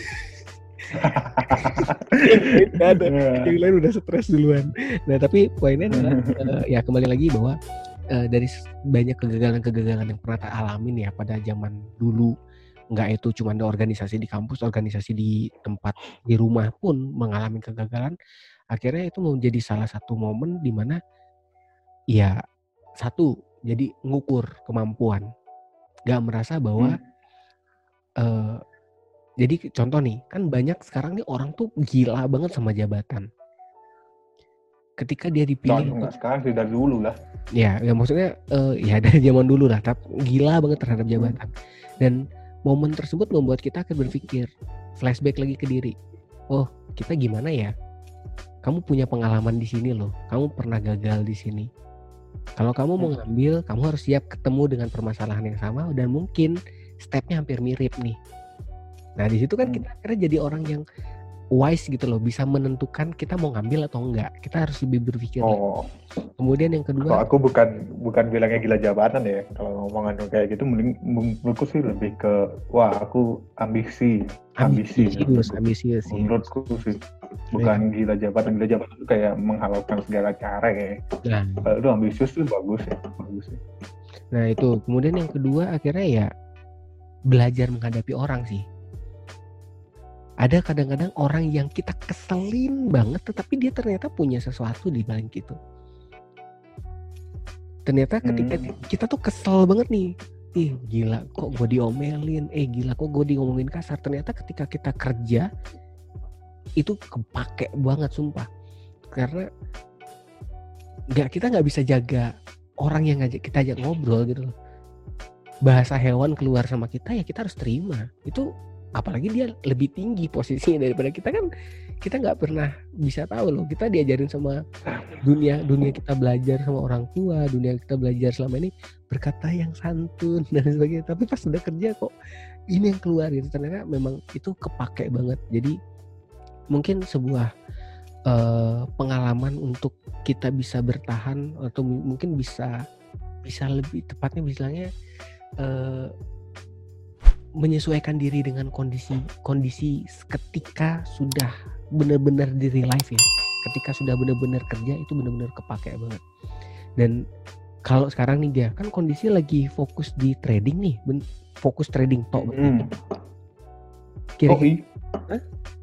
Gak ada, yang lain udah stres duluan. Nah, tapi poinnya adalah uh, ya kembali lagi bahwa Uh, dari banyak kegagalan-kegagalan yang pernah tak alamin ya pada zaman dulu, nggak itu cuma di organisasi di kampus, organisasi di tempat di rumah pun mengalami kegagalan. Akhirnya itu menjadi salah satu momen di mana ya satu jadi ngukur kemampuan, nggak merasa bahwa hmm. uh, jadi contoh nih kan banyak sekarang nih orang tuh gila banget sama jabatan. Ketika dia dipilih nah, enggak sekarang sih dari dulu lah. Ya, ya maksudnya uh, ya dari zaman dulu lah, tapi gila banget terhadap jabatan. Hmm. Dan momen tersebut membuat kita akan berpikir, flashback lagi ke diri. Oh, kita gimana ya? Kamu punya pengalaman di sini loh. Kamu pernah gagal di sini. Kalau kamu mau ngambil, kamu harus siap ketemu dengan permasalahan yang sama dan mungkin stepnya hampir mirip nih. Nah, di situ kan kita akhirnya jadi orang yang wise gitu loh, bisa menentukan kita mau ngambil atau enggak. Kita harus lebih berpikir. Oh. Kemudian yang kedua, kalau aku bukan bukan bilangnya gila jabatan ya. Kalau ngomongan kayak gitu, mending menurutku sih lebih ke wah aku ambisi, ambisi. Ambisius, ambisius sih. Menurutku sih bukan ya. Gila jabatan, gila jabatan itu kayak menghalalkan segala cara ya. Nah. Kalau itu ambisius tuh bagus ya, bagus ya. Nah itu. Kemudian yang kedua akhirnya ya belajar menghadapi orang sih. Ada kadang-kadang orang yang kita keselin banget, tetapi dia ternyata punya sesuatu di balik itu. Ternyata ketika hmm. kita tuh kesel banget nih, ih gila kok gue diomelin, eh gila kok gue diomongin kasar. Ternyata ketika kita kerja, itu kepake banget sumpah. Karena nggak kita nggak bisa jaga orang yang ngajak kita ajak ngobrol gitu loh. Bahasa hewan keluar sama kita ya kita harus terima. Itu apalagi dia lebih tinggi posisinya daripada kita kan, kita nggak pernah bisa tahu loh. Kita diajarin sama dunia, dunia kita belajar sama orang tua, dunia kita belajar selama ini berkata yang santun dan sebagainya. Tapi pas udah kerja kok ini yang keluar gitu. Ternyata memang itu kepake banget. Jadi mungkin sebuah uh, pengalaman untuk kita bisa bertahan atau m- mungkin bisa bisa lebih tepatnya bilangnya uh, menyesuaikan diri dengan kondisi kondisi ketika sudah benar-benar di real life ya, ketika sudah benar-benar kerja itu benar-benar kepake banget. Dan kalau sekarang nih dia kan kondisi lagi fokus di trading nih, ben, fokus trading tok. Hmm. Kira-kira oh,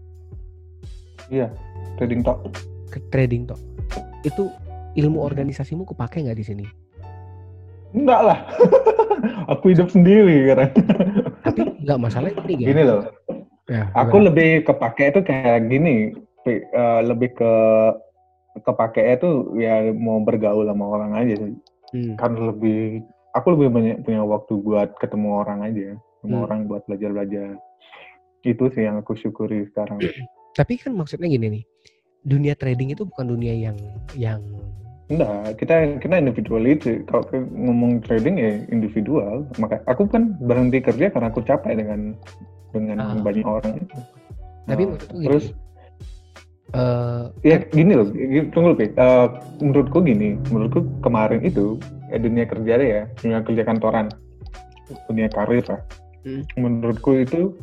iya trading tok. Ke trading tok itu ilmu organisasimu kepake nggak di sini? Enggak lah. Aku hidup sendiri sekarang. Tapi nggak masalah ini gini ya? loh. Ya, aku gimana? Lebih kepake itu kayak gini, uh, lebih ke kepake itu ya mau bergaul sama orang aja sih. Hmm. Karena lebih, aku lebih banyak punya waktu buat ketemu orang aja, sama hmm. orang buat belajar-belajar. Itu sih yang aku syukuri sekarang. Tapi kan maksudnya gini nih, dunia trading itu bukan dunia yang yang enggak, kita kita individual itu. Kalau ngomong trading ya individual. Maka aku kan berhenti kerja karena aku capek dengan dengan ah. banyak orang itu. Tapi nah, menurutku terus gini, uh, ya gini loh, tunggu loh, uh, menurutku gini, menurutku kemarin itu ya, dunia kerja deh ya, dunia kerja kantoran, dunia karir lah. Hmm. Menurutku itu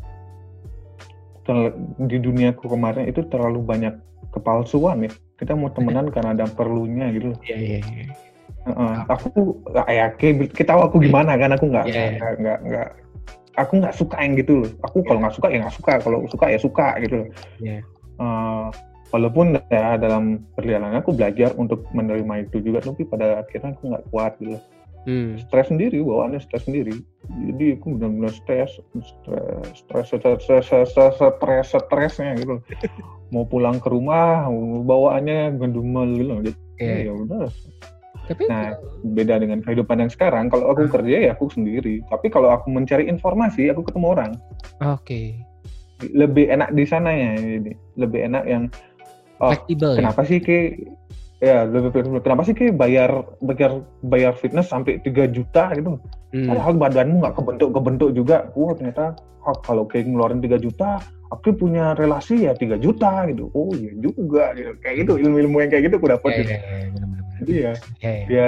ter- di duniaku kemarin itu terlalu banyak kepalsuan ya. Kita mau temenan karena ada perlunya gitu. Iya iya iya. Uh, aku ya kita tahu aku gimana kan, aku nggak yeah. nggak nggak nggak aku nggak suka yang gitu loh. Aku kalau nggak suka ya nggak suka, kalau suka ya suka gitu loh. Yeah. Uh, walaupun ya dalam perjalanan aku belajar untuk menerima itu juga, tapi pada akhirnya aku nggak kuat gitu loh. Hmm. Stres sendiri, bawaannya stres sendiri. Jadi aku benar-benar stres, stres, stres, stres, stres, stres, stresnya gitu. Mau pulang ke rumah, bawaannya gendumel gitu. Jadi yeah. ya udah. Tapi nah, beda dengan kehidupan yang sekarang. Kalau aku hmm. kerja ya aku sendiri. Tapi kalau aku mencari informasi, aku ketemu orang. Oke. Okay. Lebih enak di sana ya. Ini. Lebih enak yang oh, fleksibel. Kenapa ya? sih ke ya lebih fleksibel. Kenapa sih ke bayar bayar bayar fitness sampai tiga juta gitu? Hmm. Padahal badanmu nggak kebentuk-kebentuk juga. Wah, ternyata oh, kalau kayak ngeluarin tiga juta, aku punya relasi ya tiga juta gitu. Oh iya juga gitu. Kayak gitu, ilmu-ilmu yang kayak gitu aku dapat. Ya, gitu. ya, ya, ya, Jadi ya, ya, ya. ya,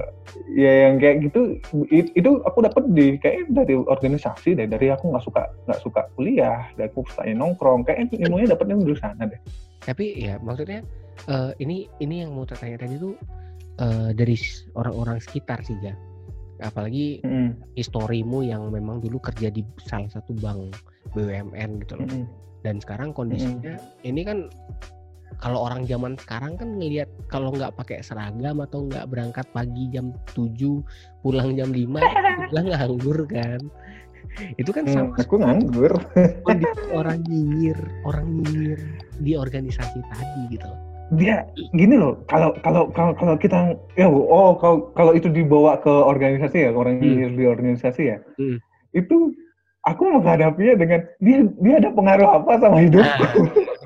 ya yang kayak gitu itu aku dapat di kayak dari organisasi deh. Dari aku nggak suka nggak suka kuliah, dari aku sukanya nongkrong. Kayak ilmunya dapatnya dari sana deh. Tapi ya maksudnya uh, ini ini yang mau tanya tadi tuh uh, dari orang-orang sekitar sih ya. Apalagi mm. historimu yang memang dulu kerja di salah satu bank B U M N gitu loh. Mm. Dan sekarang kondisinya mm. ini kan kalau orang zaman sekarang kan ngelihat kalau nggak pakai seragam atau nggak berangkat pagi jam tujuh pulang jam lima bilang nganggur kan. Itu kan sama. Hmm, aku nganggur. Kondisi orang nyinyir, orang nyinyir di organisasi tadi gitu loh. Dia gini loh, kalau kalau kalau kalau kita ya oh kalau kalau itu dibawa ke organisasi ya, orang nyinyir hmm. di organisasi ya. Hmm. Itu aku menghadapinya dengan dia dia ada pengaruh apa sama hidupku. Ah.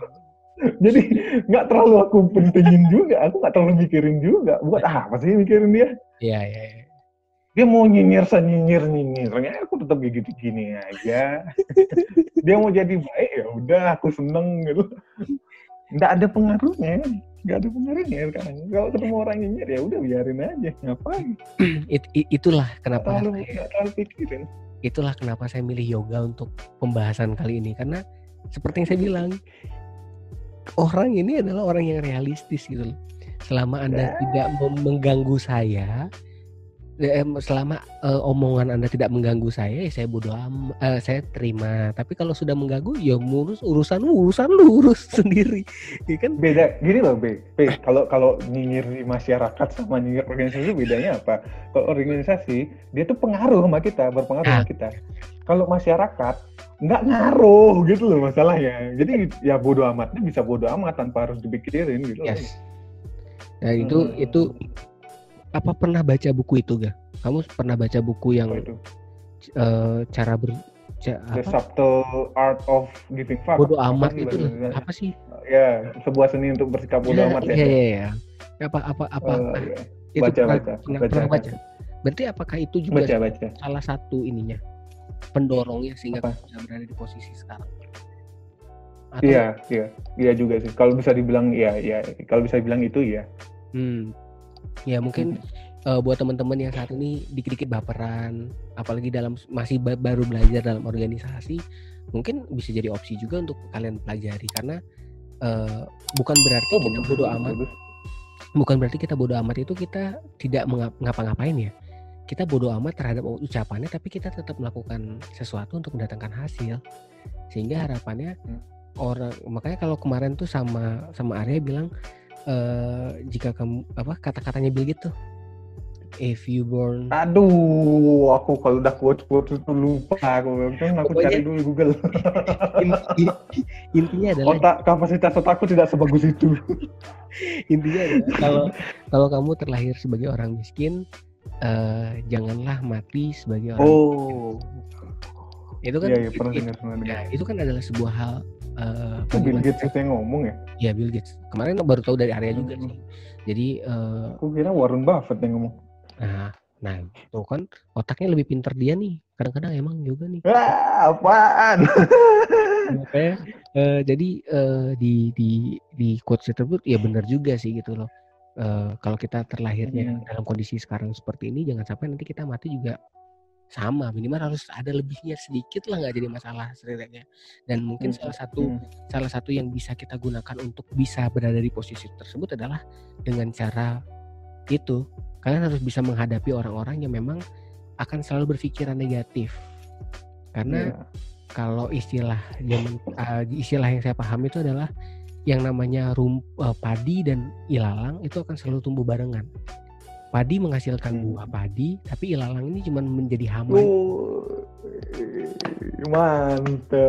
Jadi nggak terlalu aku pentingin juga, aku nggak terlalu mikirin juga. Buat apa sih mikirin dia? Iya iya. Ya. Dia mau nyinyir senyinyir nyinyirnya, aku tetap gitu gini aja. Dia mau jadi baik ya udah, aku seneng gitu. Nggak ada pengaruhnya, nggak ada pengaruhnya sekarang. Kalau ketemu orang nyinyir ya udah biarin aja, ngapain? It, it, itulah kenapa nggak terlalu, nggak terlalu pikirin. Itulah kenapa saya milih yoga untuk pembahasan kali ini, karena seperti yang saya bilang. Orang ini adalah orang yang realistis gitu loh. Selama Anda ya. tidak mengganggu saya, selama uh, omongan Anda tidak mengganggu saya, ya saya bodoh am, uh, saya terima. Tapi kalau sudah mengganggu, ya ngurus urusan urusan lu urus sendiri. Ya kan beda gini loh, B. B. Kalau kalau nyinyir di masyarakat sama nyinyir organisasi bedanya apa? Kalau organisasi dia tuh pengaruh sama kita, berpengaruh ah. sama kita. Kalau masyarakat nggak ngaruh gitu loh masalahnya. Jadi ya bodo amatnya bisa bodo amat tanpa harus dipikirin gitu. Yes. Nah itu hmm. itu apa pernah baca buku itu gak? Kamu pernah baca buku yang uh, cara ber ca, The Subtle Art of Giving Fuck? Bodo amat itu loh. Apa sih? ya sebuah seni untuk bersikap bodo ya, amat ya. Iya, iya, iya. Apa apa apa? Oh, iya. Itu Baca, pernah, baca, pernah, baca, pernah baca. Berarti apakah itu juga baca, baca. salah satu ininya pendorongnya sehingga Apa? kamu bisa berada di posisi sekarang? Atau... Iya, iya, iya juga sih. Kalau bisa dibilang iya, iya. Kalau bisa dibilang itu iya. Hmm. Ya mungkin hmm. uh, buat teman-teman yang saat ini dikit-dikit baperan, apalagi dalam masih ba- baru belajar dalam organisasi, mungkin bisa jadi opsi juga untuk kalian pelajari karena uh, bukan berarti oh, kita bodo amat. Bagus. Bukan berarti kita bodo amat itu kita tidak mengapa-ngapain ya. Kita bodo amat terhadap ucapannya, tapi kita tetap melakukan sesuatu untuk mendatangkan hasil. Sehingga harapannya hmm. orang, makanya kalau kemarin tuh sama sama Arya bilang uh, jika kamu apa kata-katanya Bill Gates tuh, if you born. Aduh, aku kalau udah quote-quote itu lupa aku. Kan aku Pokoknya, cari dulu Google. inti, intinya adalah otak kapasitas otakku tidak sebagus itu. Intinya adalah kalau kalau kamu terlahir sebagai orang miskin, uh, janganlah mati sebagai orang oh. miskin. Itu kan iya, iya, pernah dengar, pernah dengar. Ya, itu kan adalah sebuah hal uh, oh, Bill Gates itu yang ngomong ya? Iya, Bill Gates. Kemarin baru tahu dari Arya hmm. juga sih. Jadi uh, aku kira Warren Buffett yang ngomong. Nah, nah itu kan otaknya lebih pintar dia nih. Kadang-kadang emang juga nih. Ah, apaan? Makanya, uh, jadi uh, di di di quotes tersebut ya benar juga sih gitu loh. Uh, kalau kita terlahirnya hmm. dalam kondisi sekarang seperti ini, jangan sampai nanti kita mati juga sama. Minimal harus ada lebihnya sedikit lah, nggak jadi masalah setidaknya. Dan mungkin hmm. salah satu hmm. salah satu yang bisa kita gunakan untuk bisa berada di posisi tersebut adalah dengan cara itu. Kalian harus bisa menghadapi orang-orang yang memang akan selalu berpikiran negatif. Karena yeah. kalau istilah zaman uh, istilah yang saya paham itu adalah yang namanya rum, uh, padi dan ilalang itu akan selalu tumbuh barengan. Padi menghasilkan buah padi, tapi ilalang ini cuma menjadi hama. Oh, mantap.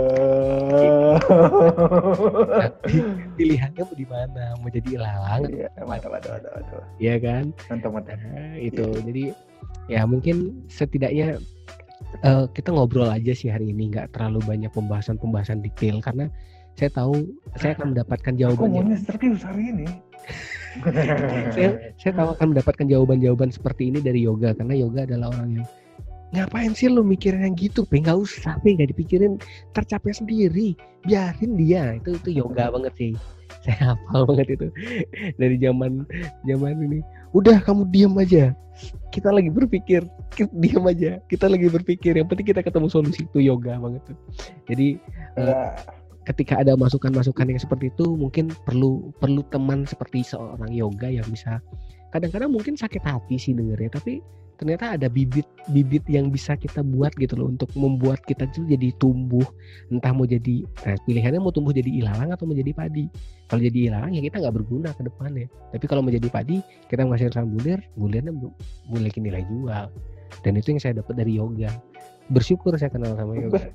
Nah, pilihannya mau di mana? Mau jadi ilalang? Iya, mantap, mantap, mantap, mantap. Iya kan? Mantap, mantap. Nah, itu. Iya. Jadi ya mungkin setidaknya uh, kita ngobrol aja sih hari ini, nggak terlalu banyak pembahasan-pembahasan detail karena saya tahu saya akan mendapatkan jawabannya. Aku mau serius hari ini. saya, saya tahu akan mendapatkan jawaban-jawaban seperti ini dari Yoga karena Yoga adalah orang yang ngapain sih lu mikirin yang gitu, pe nggak usah, pe nggak dipikirin, tercapai sendiri, biarin dia. Itu itu Yoga banget sih, saya hafal banget itu dari zaman zaman ini. Udah kamu diam aja, kita lagi berpikir, kita diam aja, kita lagi berpikir, yang penting kita ketemu solusi. Itu Yoga banget tuh. Jadi uh, ketika ada masukan-masukan yang seperti itu, mungkin perlu perlu teman seperti seorang Yoga yang bisa, kadang-kadang mungkin sakit hati sih dengernya, tapi ternyata ada bibit-bibit yang bisa kita buat gitu loh untuk membuat kita tuh jadi tumbuh, entah mau jadi, nah pilihannya mau tumbuh jadi ilalang atau menjadi padi. Kalau jadi ilalang ya kita nggak berguna ke depannya, tapi kalau menjadi padi kita menghasilkan bulir, bulirnya memiliki nilai jual, dan itu yang saya dapat dari Yoga. Bersyukur saya kenal sama Yoga.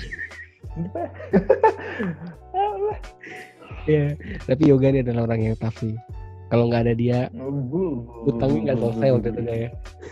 Ya, tapi Yoga ini adalah orang yang tough sih. Kalau nggak ada dia, utangnya nggak selesai waktu itu ya.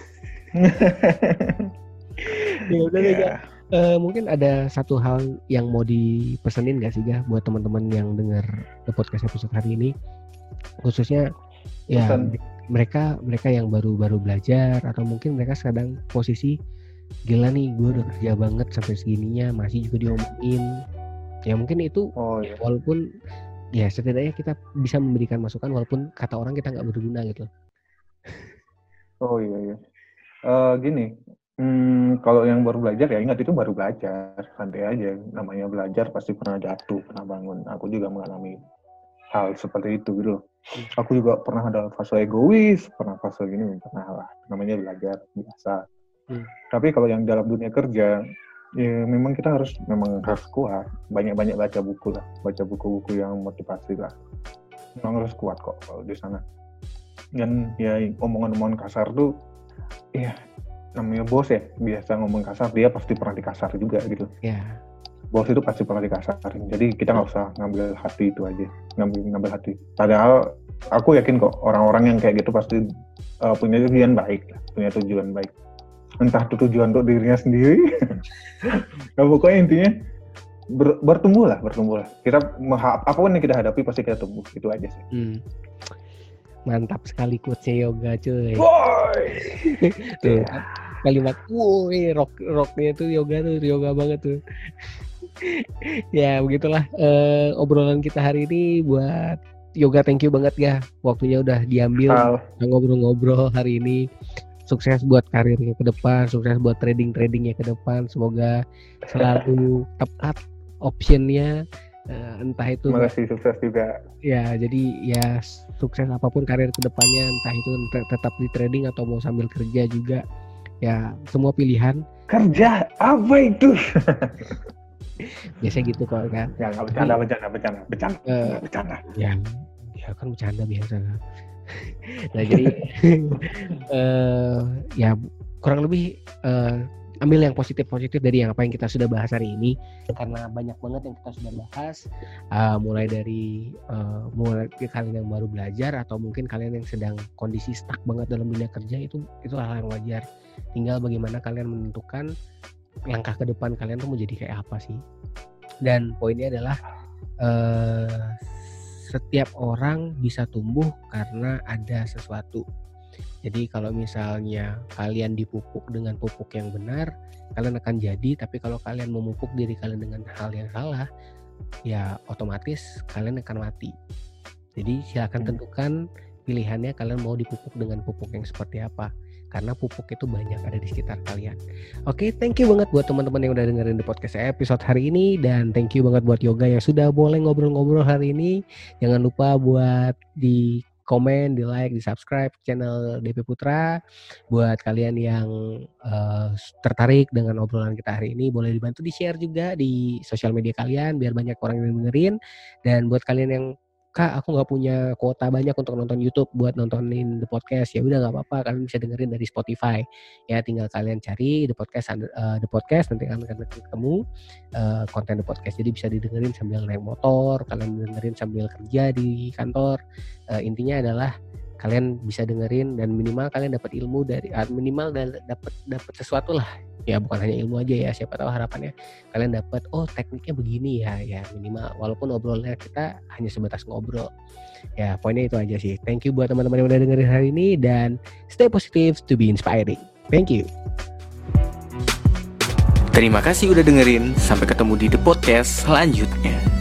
Ya udah deh, yeah. uh, mungkin ada satu hal yang mau dipesenin nggak sih Gah buat teman-teman yang dengar podcast episode hari ini, khususnya ya Pesan. mereka mereka yang baru-baru belajar atau mungkin mereka sedang posisi gila nih, gue udah kerja banget sampai segininya masih juga diomongin. Ya mungkin itu oh, iya. walaupun ya setidaknya kita bisa memberikan masukan walaupun kata orang kita nggak berguna gitu. Oh iya iya. Uh, gini, hmm, kalau yang baru belajar ya ingat itu baru belajar, santai aja. Namanya belajar pasti pernah jatuh, pernah bangun. Aku juga mengalami hal seperti itu gitu loh. Aku juga pernah ada fase egois, pernah fase gini, pernah lah. Namanya belajar biasa. Hmm. Tapi kalau yang dalam dunia kerja, ya memang kita harus memang harus kuat. Banyak-banyak baca buku lah, baca buku-buku yang motivasi lah. Memang harus kuat kok kalau di sana. Dan ya omongan-omongan kasar tuh, iya, namanya bos ya, biasa ngomong kasar, dia pasti pernah dikasar juga gitu. Iya. Yeah. Bos itu pasti pernah dikasarin, jadi kita nggak usah ngambil hati itu aja, ngambil ngambil hati. Padahal aku yakin kok orang-orang yang kayak gitu pasti uh, punya tujuan baik, punya tujuan baik. Entah itu tujuan untuk dirinya sendiri, nah, pokoknya intinya ber, bertumbuh lah, bertumbuh lah. Kita apapun yang kita hadapi pasti kita tumbuh, itu aja sih. Hmm. Mantap sekali quotes-nya Yoga cuy. Tuh, yeah. Kalimat woi rock rocknya tuh Yoga tuh Yoga banget tuh. Ya begitulah uh, obrolan kita hari ini. Buat Yoga, thank you banget ya, waktunya udah diambil ngobrol-ngobrol hari ini. Sukses buat karirnya ke depan, sukses buat trading-tradingnya ke depan. Semoga selalu tepat optionnya. Uh, entah itu terima kasih, sukses juga ya. Jadi ya sukses apapun karir kedepannya, entah itu tetap di trading atau mau sambil kerja juga ya, semua pilihan. Kerja apa itu? Biasanya gitu kok kan ya, nggak bercanda, bercanda bercanda bercanda uh, bercanda ya ya kan bercanda biasa. Nah jadi uh, ya kurang lebih uh, ambil yang positif-positif dari yang apa yang kita sudah bahas hari ini, karena banyak banget yang kita sudah bahas, uh, mulai dari uh, mulai kalian yang baru belajar atau mungkin kalian yang sedang kondisi stuck banget dalam dunia kerja, itu itu hal yang wajar. Tinggal bagaimana kalian menentukan langkah ke depan kalian tuh mau jadi kayak apa sih. Dan poinnya adalah uh, setiap orang bisa tumbuh karena ada sesuatu. Jadi kalau misalnya kalian dipupuk dengan pupuk yang benar, kalian akan jadi. Tapi kalau kalian memupuk diri kalian dengan hal yang salah, ya otomatis kalian akan mati. Jadi silakan tentukan pilihannya, kalian mau dipupuk dengan pupuk yang seperti apa. Karena pupuk itu banyak ada di sekitar kalian. Oke, thank you banget buat teman-teman yang udah dengerin di podcast episode hari ini. Dan thank you banget buat Yoga yang sudah boleh ngobrol-ngobrol hari ini. Jangan lupa buat di komen, di like, di subscribe channel D P Putra. Buat kalian yang uh, tertarik dengan obrolan kita hari ini, boleh dibantu di share juga di sosial media kalian biar banyak orang yang dengerin. Dan buat kalian yang, Kak, aku nggak punya kuota banyak untuk nonton YouTube buat nontonin The Podcast, ya udah nggak apa-apa, kalian bisa dengerin dari Spotify. Ya tinggal kalian cari The Podcast, uh, The Podcast, nanti kalian akan ketemu uh, konten The Podcast. Jadi bisa didengerin sambil naik motor, kalian dengerin sambil kerja di kantor. Uh, intinya adalah kalian bisa dengerin dan minimal kalian dapat ilmu dari uh, minimal dapat dapat sesuatu lah. Ya bukan hanya ilmu aja ya, siapa tahu harapannya kalian dapat, oh tekniknya begini ya, ya minimal walaupun obrolnya kita hanya sebatas ngobrol. Ya poinnya itu aja sih. Thank you buat teman-teman yang udah dengerin hari ini, dan stay positive to be inspiring. Thank you. Terima kasih udah dengerin. Sampai ketemu di The Podcast selanjutnya.